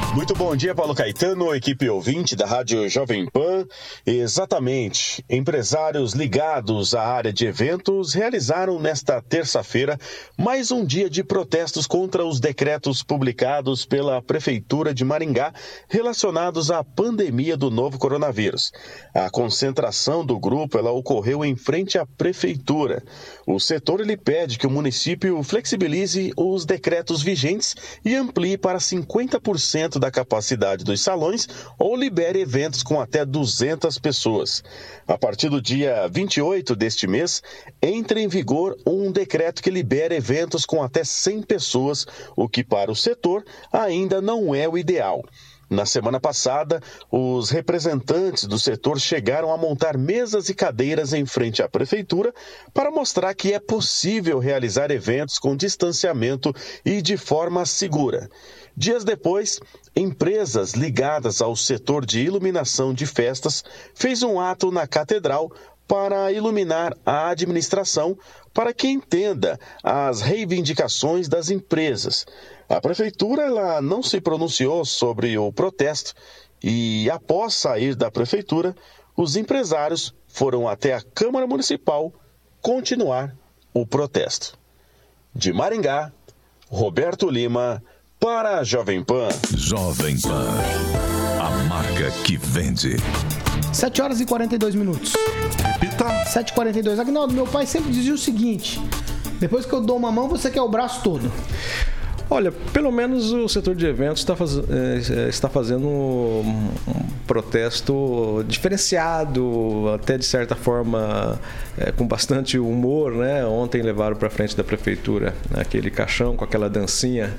Muito bom dia, Paulo Caetano, equipe ouvinte da Rádio Jovem Pan. Exatamente, empresários ligados à área de eventos realizaram nesta terça-feira mais um dia de protestos contra os decretos publicados pela Prefeitura de Maringá relacionados à pandemia do novo coronavírus. A concentração do grupo ela ocorreu em frente à Prefeitura. O setor ele pede que o município flexibilize os decretos vigentes e amplie para cinquenta por cento da capacidade dos salões ou libere eventos com até duzentas pessoas. A partir do dia vinte e oito deste mês, entra em vigor um decreto que libera eventos com até cem pessoas, o que para o setor ainda não é o ideal. Na semana passada, os representantes do setor chegaram a montar mesas e cadeiras em frente à prefeitura para mostrar que é possível realizar eventos com distanciamento e de forma segura. Dias depois, empresas ligadas ao setor de iluminação de festas fez um ato na catedral para iluminar a administração para que entenda as reivindicações das empresas. A prefeitura ela não se pronunciou sobre o protesto e, após sair da prefeitura, os empresários foram até a Câmara Municipal continuar o protesto. De Maringá, Roberto Lima, para a Jovem Pan. Jovem Pan, a marca que vende. sete horas e quarenta e dois minutos. Repita. sete e quarenta e dois. Aguinaldo, meu pai sempre dizia o seguinte: depois que eu dou uma mão, você quer o braço todo. Olha, pelo menos o setor de eventos está, faz... está fazendo um protesto diferenciado, até de certa forma é, com bastante humor, né? Ontem levaram para frente da prefeitura aquele caixão com aquela dancinha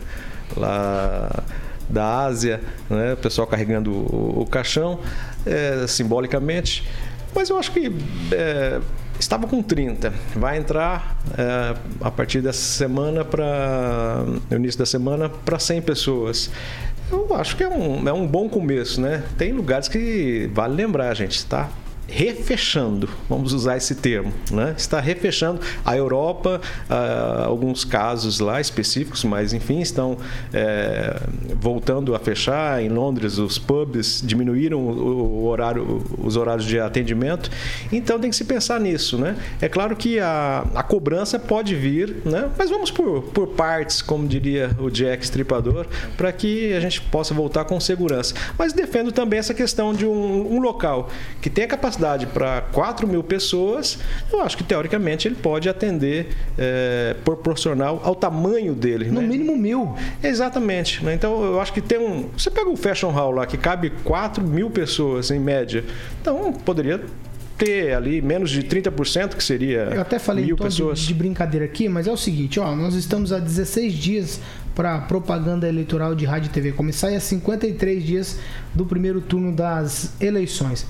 lá da Ásia, né? O pessoal carregando o, o caixão é, simbolicamente, mas eu acho que é, estava com trinta, vai entrar é, a partir dessa semana, para no início da semana, para cem pessoas. Eu acho que é um, é um bom começo, né? Tem lugares que vale lembrar, gente, está refechando, vamos usar esse termo, né? Está refechando. A Europa, ah, alguns casos lá específicos, mas enfim, estão é, voltando a fechar. Em Londres, os pubs diminuíram o, o horário, os horários de atendimento. Então tem que se pensar nisso, né? É claro que a, a cobrança pode vir, né? Mas vamos por, por partes, como diria o Jack Stripador, para que a gente possa voltar com segurança. Mas defendo também essa questão de um, um local que tenha capacidade para quatro mil pessoas. Eu acho que teoricamente ele pode atender é, proporcional ao tamanho dele. No né? mínimo mil. Exatamente. Né? Então eu acho que tem um. Você pega o Fashion Hall lá, que cabe quatro mil pessoas em média. Então poderia ter ali menos de trinta por cento, que seria Eu até falei mil em tom pessoas. de, de brincadeira aqui, mas é o seguinte, ó, nós estamos há dezesseis dias para propaganda eleitoral de rádio e T V começar e há cinquenta e três dias do primeiro turno das eleições.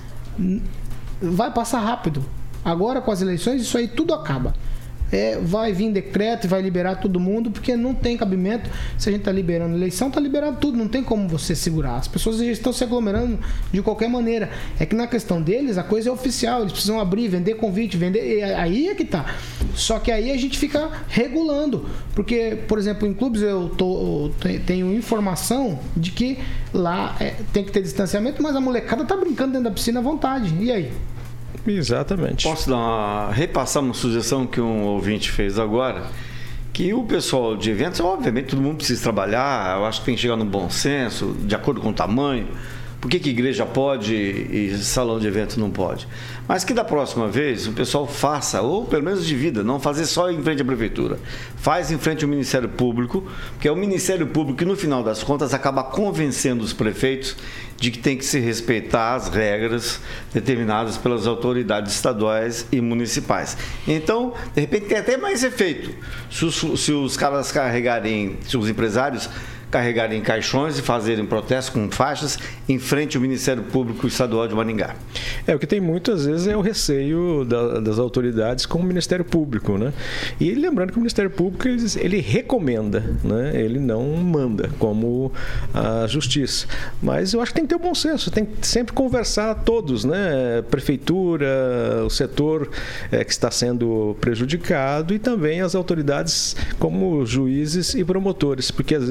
Vai passar rápido. Agora com as eleições isso aí tudo acaba. É, vai vir decreto e vai liberar todo mundo, porque não tem cabimento. Se a gente está liberando eleição, está liberado tudo, não tem como você segurar. As pessoas já estão se aglomerando de qualquer maneira. É que na questão deles a coisa é oficial, eles precisam abrir, vender convite, vender, aí é que tá. Só que aí a gente fica regulando, porque, por exemplo, em clubes eu tô, tenho informação de que lá é, tem que ter distanciamento, mas a molecada tá brincando dentro da piscina à vontade. E aí? Exatamente. Posso dar uma, repassar uma sugestão que um ouvinte fez agora? Que o pessoal de eventos, obviamente todo mundo precisa trabalhar, eu acho que tem que chegar no bom senso, de acordo com o tamanho. Por que que igreja pode e salão de evento não pode? Mas que da próxima vez o pessoal faça, ou pelo menos divida, não fazer só em frente à prefeitura. Faz em frente ao Ministério Público, porque é o Ministério Público que no final das contas acaba convencendo os prefeitos de que tem que se respeitar as regras determinadas pelas autoridades estaduais e municipais. Então, de repente tem até mais efeito. Se os, se os caras carregarem, se os empresários carregarem caixões e fazerem protestos com faixas em frente ao Ministério Público Estadual de Maringá. É, o que tem muitas vezes é o receio da, das autoridades com o Ministério Público, né? E lembrando que o Ministério Público, ele, ele recomenda, né? Ele não manda, como a Justiça. Mas eu acho que tem que ter o bom senso, tem que sempre conversar todos, né? Prefeitura, o setor é, que está sendo prejudicado e também as autoridades como juízes e promotores, porque às vezes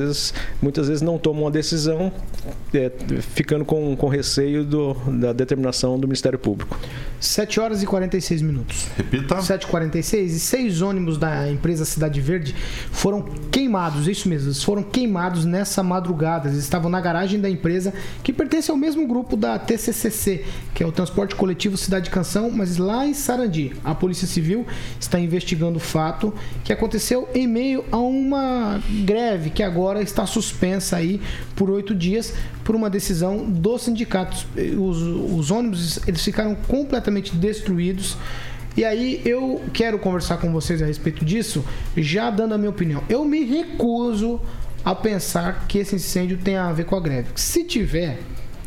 muitas vezes não tomam uma decisão, é, ficando com, com receio do, da determinação do Ministério Público. sete horas e quarenta e seis minutos. Repita. sete e quarenta e seis. E seis ônibus da empresa Cidade Verde foram queimados, isso mesmo, eles foram queimados nessa madrugada. Eles estavam na garagem da empresa, que pertence ao mesmo grupo da T C C C, que é o Transporte Coletivo Cidade Canção, mas lá em Sarandi. A Polícia Civil está investigando o fato que aconteceu em meio a uma greve que agora está suspensa aí por oito dias por uma decisão dos sindicatos. Os, os ônibus, eles ficaram completamente destruídos. E aí eu quero conversar com vocês a respeito disso, já dando a minha opinião. Eu me recuso a pensar que esse incêndio tem a ver com a greve. Se tiver,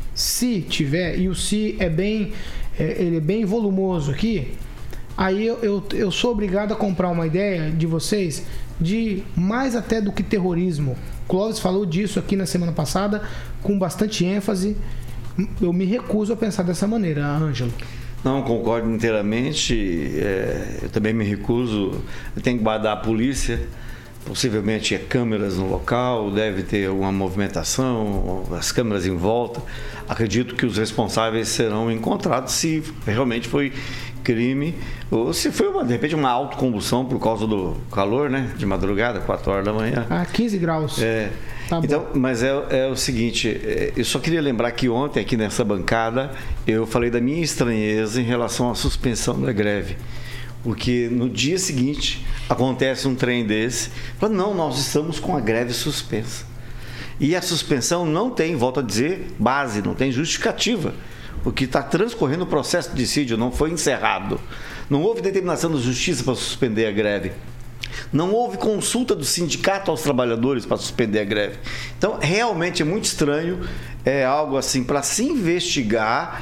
se tiver, e o se é bem, é, ele é bem volumoso aqui, aí eu, eu, eu sou obrigado a comprar uma ideia de vocês de mais até do que terrorismo. Clóvis falou disso aqui na semana passada com bastante ênfase. Eu me recuso a pensar dessa maneira, Ângelo. Não, concordo inteiramente. É, eu também me recuso. Tem que guardar a polícia. Possivelmente é câmeras no local, deve ter uma movimentação, as câmeras em volta. Acredito que os responsáveis serão encontrados se realmente foi crime ou se foi, uma, de repente, uma autocombustão por causa do calor, né? De madrugada, quatro horas da manhã. Ah, quinze graus. É. Tá então, mas é, é o seguinte, eu só queria lembrar que ontem aqui nessa bancada eu falei da minha estranheza em relação à suspensão da greve. Porque no dia seguinte acontece um trem desse, fala, não, nós estamos com a greve suspensa. E a suspensão não tem, volto a dizer, base, não tem justificativa. Porque está transcorrendo o processo de dissídio, não foi encerrado. Não houve determinação da justiça para suspender a greve. Não houve consulta do sindicato aos trabalhadores para suspender a greve. Então, realmente é muito estranho, é algo assim para se investigar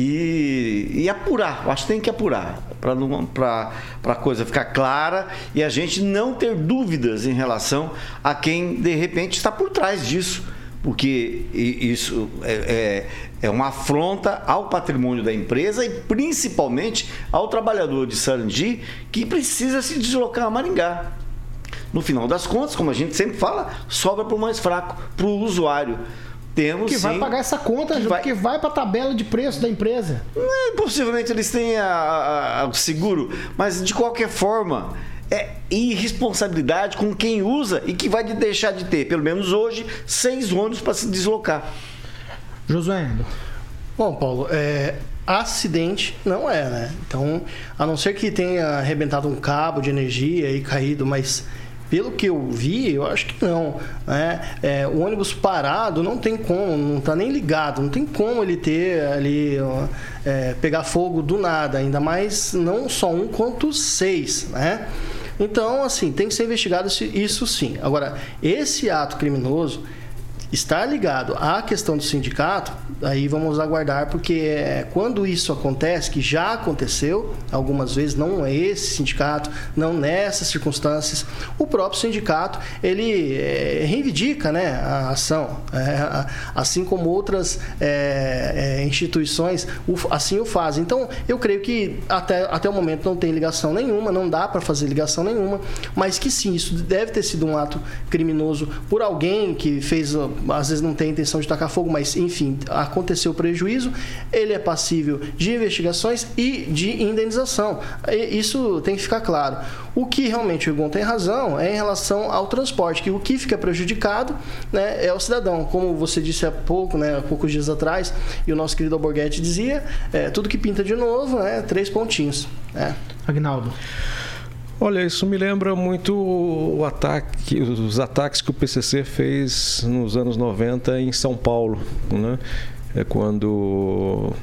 e, e apurar. Eu acho que tem que apurar para a coisa ficar clara e a gente não ter dúvidas em relação a quem, de repente, está por trás disso. Porque isso é, é, é uma afronta ao patrimônio da empresa e principalmente ao trabalhador de Sarandi que precisa se deslocar a Maringá. No final das contas, como a gente sempre fala, sobra para o mais fraco, para o usuário. Temos, que vai sim, pagar essa conta, que vai, que vai para a tabela de preço da empresa. É, possivelmente eles têm a, a, a, o seguro, mas de qualquer forma é irresponsabilidade com quem usa e que vai deixar de ter, pelo menos hoje, seis ônibus para se deslocar. Josué. Bom, Paulo, é, acidente não é, né? Então, a não ser que tenha arrebentado um cabo de energia e caído, mas pelo que eu vi, eu acho que não, né? É, o ônibus parado não tem como, não está nem ligado, não tem como ele ter ali, é, pegar fogo do nada, ainda mais não só um quanto seis, né? Então, assim, tem que ser investigado isso sim. Agora, esse ato criminoso está ligado à questão do sindicato, aí vamos aguardar, porque é, quando isso acontece, que já aconteceu algumas vezes, não é esse sindicato, não nessas circunstâncias, o próprio sindicato, ele é, reivindica, né, a ação, é, assim como outras é, é, instituições o, assim o fazem. Então, eu creio que até, até o momento não tem ligação nenhuma, não dá para fazer ligação nenhuma, mas que sim, isso deve ter sido um ato criminoso por alguém que fez, às vezes não tem intenção de tacar fogo, mas enfim, aconteceu prejuízo, ele é passível de investigações e de indenização. Isso tem que ficar claro. O que realmente o Egon tem razão é em relação ao transporte, que o que fica prejudicado, né, é o cidadão. Como você disse há pouco, né, há poucos dias atrás, e o nosso querido Alborguete dizia, é, tudo que pinta de novo, né, três pontinhos. Né? Agnaldo. Olha, isso me lembra muito o ataque, os ataques que o P C C fez nos anos noventa em São Paulo, né? É quando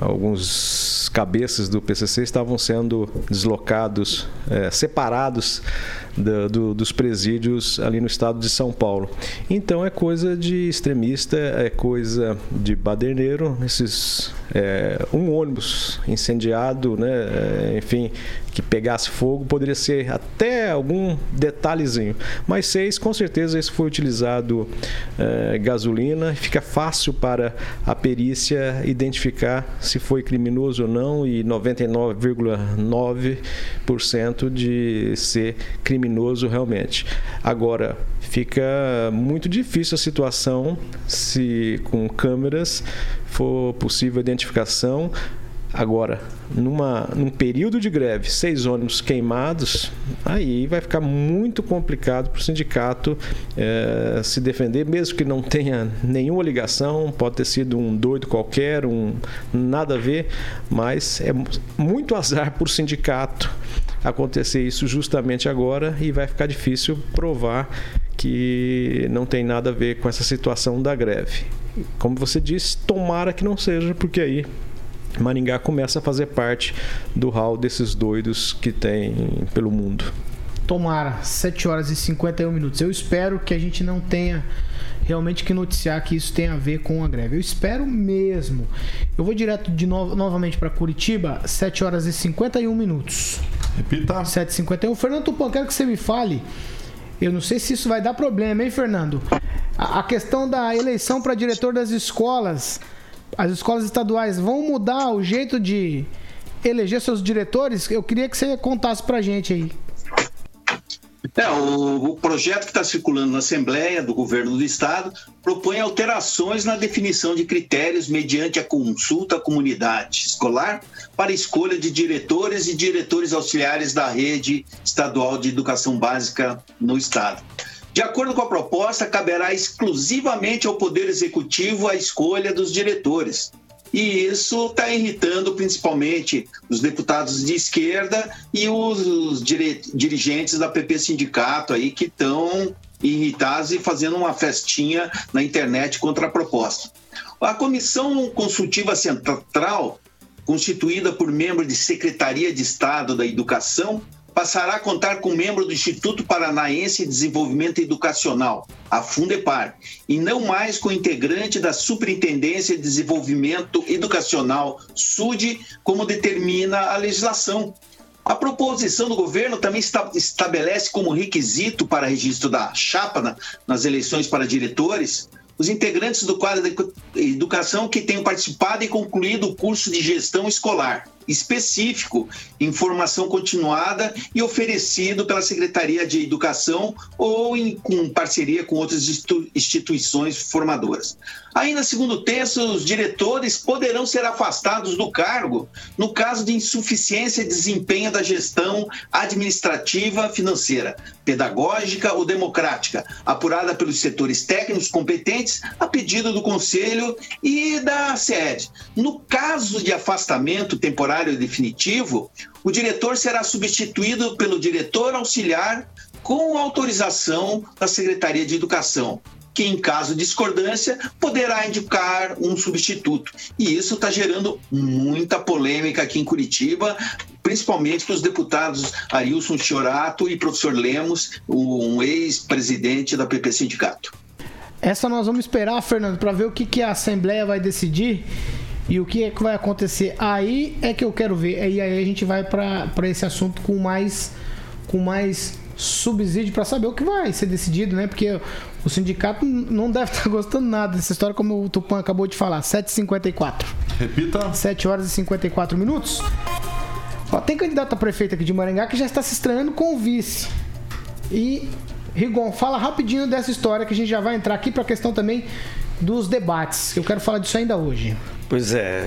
alguns cabeças do P C C estavam sendo deslocados, é, separados da, do, dos presídios ali no estado de São Paulo. Então é coisa de extremista, é coisa de baderneiro, esses, é, um ônibus incendiado, né, é, enfim, que pegasse fogo, poderia ser até algum detalhezinho. Mas seis, com certeza, isso foi utilizado é, gasolina. Fica fácil para a perícia identificar se foi criminoso ou não, e noventa e nove vírgula nove por cento de ser criminoso realmente. Agora, fica muito difícil a situação se com câmeras for possível a identificação. Agora, numa, num período de greve, seis ônibus queimados, aí vai ficar muito complicado para o sindicato é, se defender, mesmo que não tenha nenhuma ligação, pode ter sido um doido qualquer, um, nada a ver, mas é muito azar para o sindicato acontecer isso justamente agora e vai ficar difícil provar que não tem nada a ver com essa situação da greve. Como você disse, tomara que não seja, porque aí Maringá começa a fazer parte do hall desses doidos que tem pelo mundo. Tomara, sete horas e cinquenta e um minutos. Eu espero que a gente não tenha realmente que noticiar que isso tem a ver com a greve. Eu espero mesmo. Eu vou direto de novo, novamente para Curitiba, sete horas e cinquenta e um minutos. Repita. sete e cinquenta e um. Fernando Tupan, quero que você me fale. Eu não sei se isso vai dar problema, hein, Fernando? A, a questão da eleição para diretor das escolas. As escolas estaduais vão mudar o jeito de eleger seus diretores? Eu queria que você contasse pra gente aí. É, o, o projeto que está circulando na Assembleia do Governo do Estado propõe alterações na definição de critérios mediante a consulta à comunidade escolar para a escolha de diretores e diretores auxiliares da rede estadual de educação básica no Estado. De acordo com a proposta, caberá exclusivamente ao Poder Executivo a escolha dos diretores. E isso está irritando principalmente os deputados de esquerda e os, os dire, dirigentes da P P Sindicato aí, que estão irritados e fazendo uma festinha na internet contra a proposta. A Comissão Consultiva Central, constituída por membros de Secretaria de Estado da Educação, passará a contar com membro do Instituto Paranaense de Desenvolvimento Educacional, a Fundepar, e não mais com integrante da Superintendência de Desenvolvimento Educacional, SUD, como determina a legislação. A proposição do governo também esta- estabelece como requisito para registro da chapa na, nas eleições para diretores os integrantes do quadro de educação que tenham participado e concluído o curso de gestão escolar específico em formação continuada e oferecido pela Secretaria de Educação ou em com parceria com outras institu- instituições formadoras. Ainda segundo o texto, os diretores poderão ser afastados do cargo no caso de insuficiência de desempenho da gestão administrativa, financeira, pedagógica ou democrática, apurada pelos setores técnicos competentes a pedido do Conselho e da sede. No caso de afastamento temporário e definitivo, o diretor será substituído pelo diretor auxiliar com autorização da Secretaria de Educação, que, em caso de discordância, poderá indicar um substituto. E isso está gerando muita polêmica aqui em Curitiba, principalmente para os deputados Arilson Chiorato e professor Lemos, um ex-presidente da P P Sindicato. Essa nós vamos esperar, Fernando, para ver o que, que a Assembleia vai decidir e o que é que vai acontecer. Aí é que eu quero ver. E aí a gente vai para esse assunto com mais, com mais subsídio para saber o que vai ser decidido, né? Porque o sindicato não deve estar gostando nada dessa história, como o Tupan acabou de falar. sete e cinquenta e quatro. Repita. sete horas e cinquenta e quatro minutos. Ó, tem candidato a prefeito aqui de Maringá que já está se estreando com o vice. E, Rigon, fala rapidinho dessa história que a gente já vai entrar aqui para a questão também dos debates. Eu quero falar disso ainda hoje. Pois é,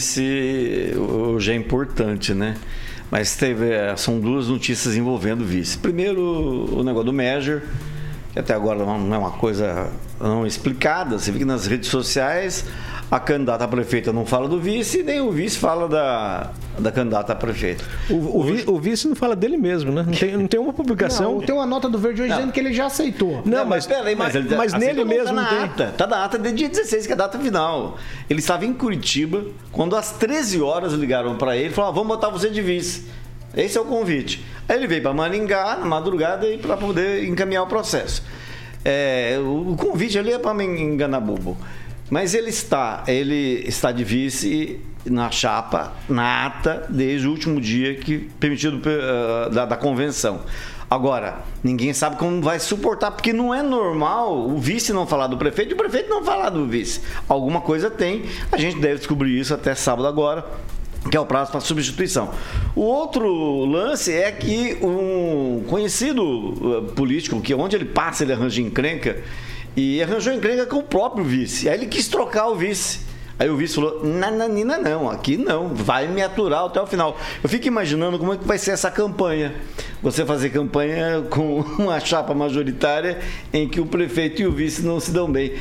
vice hoje é importante, né? Mas teve, são duas notícias envolvendo vice. Primeiro, o negócio do Measure, que até agora não é uma coisa não explicada. Você vê que nas redes sociais a candidata a prefeita não fala do vice, nem o vice fala da, da candidata a prefeita. O, o, vi, o vice não fala dele mesmo, né? Não tem, não tem uma publicação. Não, tem uma nota do Verde hoje não. dizendo que ele já aceitou. Não, não mas, mas peraí, mas, mas, mas nele mesmo não tá tem. Na ata, tá na ata de dia dezesseis, que é a data final. Ele estava em Curitiba, quando às treze horas ligaram para ele e falaram: vamos botar você de vice. Esse é o convite. Aí ele veio para Maringá, na madrugada, para poder encaminhar o processo. É, o, o convite ali é para me enganar bobo. Mas ele está, ele está de vice na chapa, na ata, desde o último dia que permitido uh, da, da convenção. Agora, ninguém sabe como vai suportar, porque não é normal o vice não falar do prefeito e o prefeito não falar do vice. Alguma coisa tem, a gente deve descobrir isso até sábado agora. que é o prazo para substituição. O outro lance é que um conhecido uh, político, que onde ele passa ele arranja encrenca, e arranjou encrenca com o próprio vice. Aí ele quis trocar o vice. Aí o vice falou, nananina não, aqui não, vai me aturar até o final. Eu fico imaginando como é que vai ser essa campanha. Você fazer campanha com uma chapa majoritária em que o prefeito e o vice não se dão bem.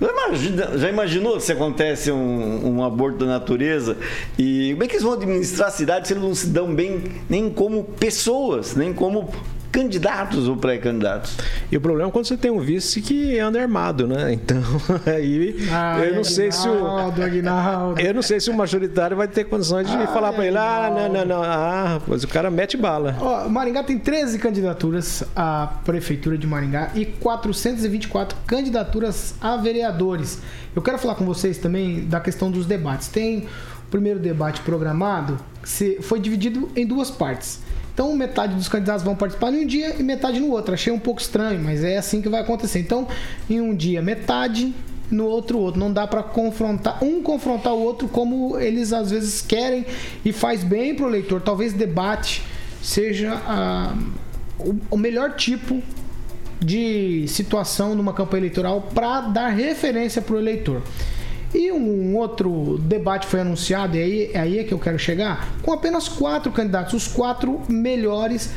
Já imaginou se acontece um, um aborto da natureza? E como é que eles vão administrar a cidade se eles não se dão bem nem como pessoas, nem como candidatos ou pré-candidatos? E o problema é quando você tem um vice que anda armado, né? Então, aí Ai, eu não sei se o Aguinaldo. eu não sei se o majoritário vai ter condições de Ai, falar para ele, ah, Aguinaldo. não, não, não, ah, pois o cara mete bala. Ó, Maringá tem treze candidaturas à Prefeitura de Maringá e quatrocentas e vinte e quatro candidaturas a vereadores. Eu quero falar com vocês também da questão dos debates. Tem o primeiro debate programado, que foi dividido em duas partes. Então, metade dos candidatos vão participar em um dia e metade no outro. Achei um pouco estranho, mas é assim que vai acontecer. Então, em um dia, metade, no outro, outro. Não dá para confrontar, um confrontar o outro como eles às vezes querem e faz bem para o eleitor. Talvez debate seja a, o, o melhor tipo de situação numa campanha eleitoral para dar referência para o eleitor. E um outro debate foi anunciado, e aí, aí é que eu quero chegar, com apenas quatro candidatos, os quatro melhores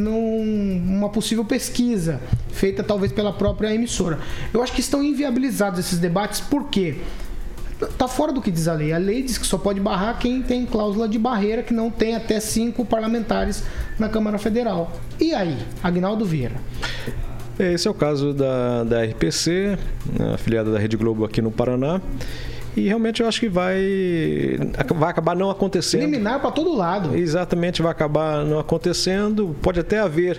numa possível pesquisa, feita talvez pela própria emissora. Eu acho que estão inviabilizados esses debates, por quê? Tá fora do que diz a lei. A lei diz que só pode barrar quem tem cláusula de barreira, que não tem até cinco parlamentares na Câmara Federal. E aí, Aguinaldo Vieira? Esse é o caso da, da R P C, afiliada da Rede Globo aqui no Paraná. E realmente eu acho que vai, vai acabar não acontecendo. Liminar para todo lado. Exatamente, vai acabar não acontecendo. Pode até haver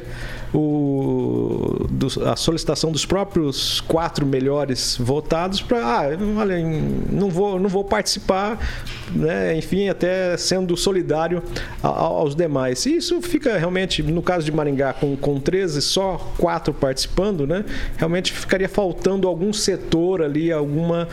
o, do, a solicitação dos próprios quatro melhores votados para, ah, olha, não vou, não vou participar, né? Enfim, até sendo solidário a, a, aos demais. E isso fica realmente, no caso de Maringá, com, com treze, só quatro participando, né? Realmente ficaria faltando algum setor ali, alguma...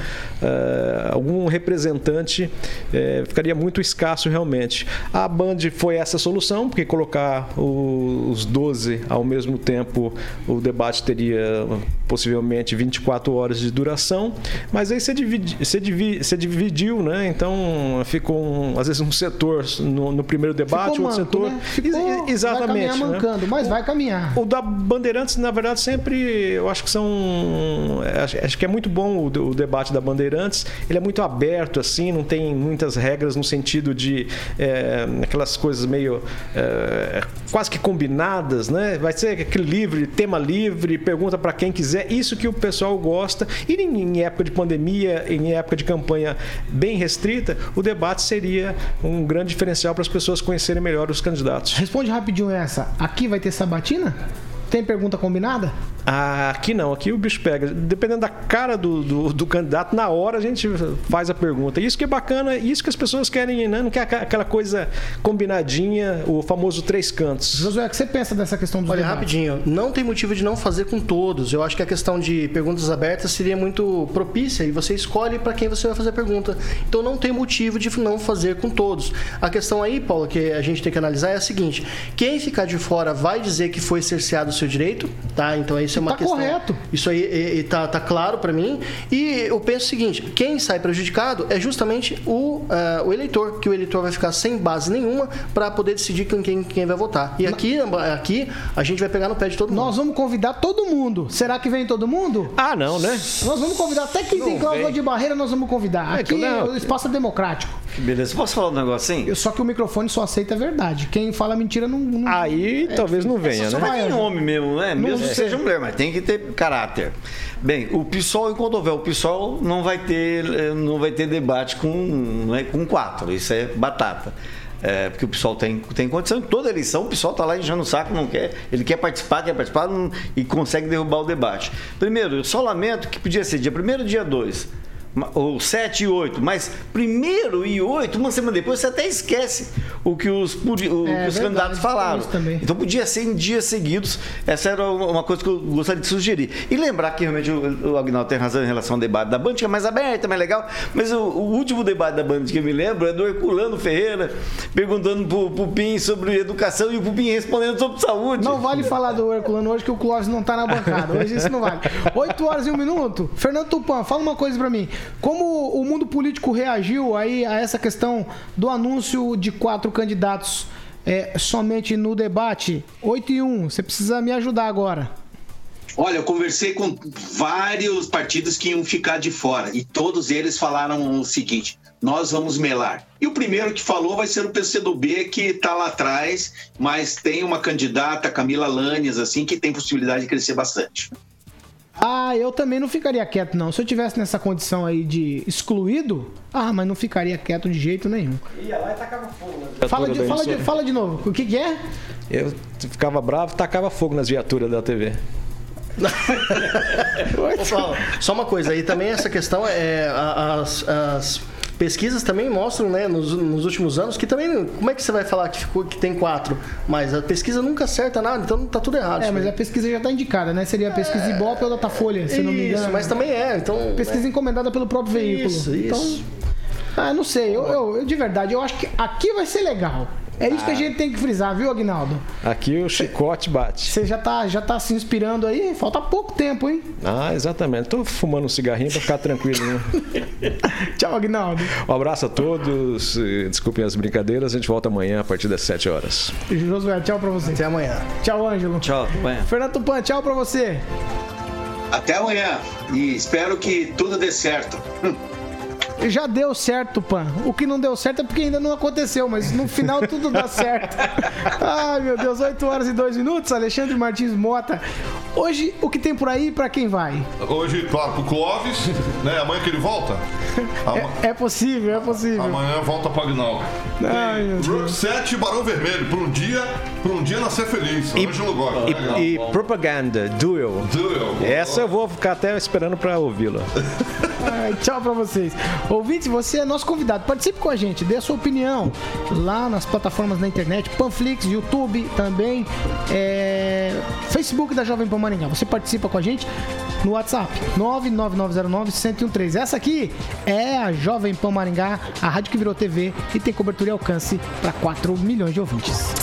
Uh, algum representante, é, ficaria muito escasso realmente. A Band foi essa solução, porque colocar o, os doze ao mesmo tempo, o debate teria possivelmente vinte e quatro horas de duração, mas aí você, dividi, você, dividi, você dividiu, né? Então ficou um, às vezes um setor no, no primeiro debate, ficou outro manco, setor. Né? Ficou, exatamente. Vai caminhar mancando, né? mas o, vai caminhar. O da Bandeirantes, na verdade, sempre eu acho que são. Acho, acho que é muito bom o, o debate da Bandeirantes. Ele é muito aberto, assim, não tem muitas regras no sentido de é, aquelas coisas meio é, quase que combinadas, né? Vai ser aquele livre, tema livre, pergunta para quem quiser, isso que o pessoal gosta. E em época de pandemia, em época de campanha bem restrita, o debate seria um grande diferencial para as pessoas conhecerem melhor os candidatos. Responde rapidinho essa. Aqui vai ter sabatina? Tem pergunta combinada? Ah, aqui não, aqui o bicho pega. Dependendo da cara do, do, do candidato, na hora a gente faz a pergunta. Isso que é bacana, isso que as pessoas querem, né? Não quer aquela coisa combinadinha, o famoso três cantos. Josué, o que você pensa dessa questão dos Olha, debates? rapidinho, não tem motivo de não fazer com todos. Eu acho que a questão de perguntas abertas seria muito propícia e você escolhe para quem você vai fazer a pergunta. Então não tem motivo de não fazer com todos. A questão aí, Paulo, que a gente tem que analisar é a seguinte: quem ficar de fora vai dizer que foi cerceado o seu direito, tá? Então isso é uma tá questão. Correto. Isso aí e, e tá, tá claro para mim. E eu penso o seguinte: quem sai prejudicado é justamente o, uh, o eleitor, que o eleitor vai ficar sem base nenhuma para poder decidir quem, quem vai votar. E aqui, aqui a gente vai pegar no pé de todo mundo. Nós vamos convidar todo mundo. Será que vem todo mundo? Ah, não, né? Nós vamos convidar até quem não tem cláusula vem. de barreira, nós vamos convidar. É, aqui não. o espaço é democrático. Beleza, posso falar um negócio assim? Eu, só que o microfone só aceita a verdade. Quem fala mentira não... não Aí é, talvez não venha, Só né? vai vir homem mesmo, né? Não Mesmo que sei. seja mulher, mas tem que ter caráter. Bem, o PSOL, enquanto houver o PSOL, não vai ter, não vai ter debate com, não é, com quatro. Isso é batata. É, porque o PSOL tem, tem condição. Em toda eleição, o PSOL está lá enchendo o saco, não quer. Ele quer participar, quer participar não, e consegue derrubar o debate. Primeiro, eu só lamento que podia ser dia primeiro, dia dois. ou sete e oito, mas primeiro e oito, uma semana depois, você até esquece o que os, o É, que os verdade, candidatos falaram. Então podia ser em dias seguidos. Essa era uma coisa que eu gostaria de sugerir. E lembrar que realmente o, o Agnaldo tem razão em relação ao debate da Band, que é mais aberta, mais legal, mas o, o último debate da Band que eu me lembro é do Herculano Ferreira perguntando pro Pupim sobre educação e o Pupim respondendo sobre saúde. Não vale falar do Herculano hoje que o Clóvis não tá na bancada. Hoje isso não vale. oito horas e um minuto. Fernando Tupan, fala uma coisa pra mim. Como o mundo político reagiu aí a essa questão do anúncio de quatro candidatos é, somente no debate? oito e um, você precisa me ajudar agora. Olha, eu conversei com vários partidos que iam ficar de fora e todos eles falaram o seguinte: nós vamos melar. E o primeiro que falou vai ser o P C do B, que está lá atrás, mas tem uma candidata, Camila Lanes, assim, que tem possibilidade de crescer bastante. Ah, eu também não ficaria quieto, não. Se eu tivesse nessa condição aí de excluído, ah, mas não ficaria quieto de jeito nenhum. Ia lá e tacava fogo nas Fala de, fala, de, fala de novo, o que, que é? Eu ficava bravo, tacava fogo nas viaturas da T V. Ô, Paulo, só uma coisa aí também, essa questão é as, as pesquisas também mostram, né, nos, nos últimos anos, que também, como é que você vai falar que, ficou, que tem quatro? Mas a pesquisa nunca acerta nada, então tá tudo errado. É, mas a pesquisa já tá indicada, né? Seria a pesquisa é... Ibope ou Datafolha, se isso, não me engano. Isso, mas também é, então... Pesquisa é... encomendada pelo próprio veículo. Isso, então, isso. Ah, não sei, eu, eu, eu de verdade, eu acho que aqui vai ser legal. É isso ah. que a gente tem que frisar, viu, Agnaldo? Aqui o chicote bate. Você já tá, já tá se inspirando aí? Falta pouco tempo, hein? Ah, exatamente. Tô fumando um cigarrinho pra ficar tranquilo, né? Tchau, Agnaldo. Um abraço a todos. Desculpem as brincadeiras. A gente volta amanhã a partir das sete horas. Josué, tchau pra você. Até amanhã. Tchau, Ângelo. Tchau, amanhã. Fernando Tupan, tchau pra você. Até amanhã. E espero que tudo dê certo. Já deu certo, Pan. O que não deu certo é porque ainda não aconteceu, mas no final tudo dá certo. Ai, meu Deus, oito horas e dois minutos. Alexandre Martins Mota. Hoje, o que tem por aí, pra quem vai? Hoje, claro, pro Clóvis, né? Amanhã que ele volta? Ama... É, é possível, é possível. Amanhã volta pro Agnaldo. Ai, meu Deus. sete Barão Vermelho, pra um dia, pra um dia nascer feliz. E, e, e propaganda, duel. Duel. Essa eu vou ficar até esperando pra ouvi-la. Ai, tchau pra vocês. Ouvinte, você é nosso convidado. Participe com a gente, dê a sua opinião lá nas plataformas na internet, Panflix, YouTube também, é... Facebook da Jovem Pan Maringá. Você participa com a gente no WhatsApp nove nove nove zero nove, um zero um três. Essa aqui é a Jovem Pan Maringá, a rádio que virou T V e tem cobertura e alcance para quatro milhões de ouvintes.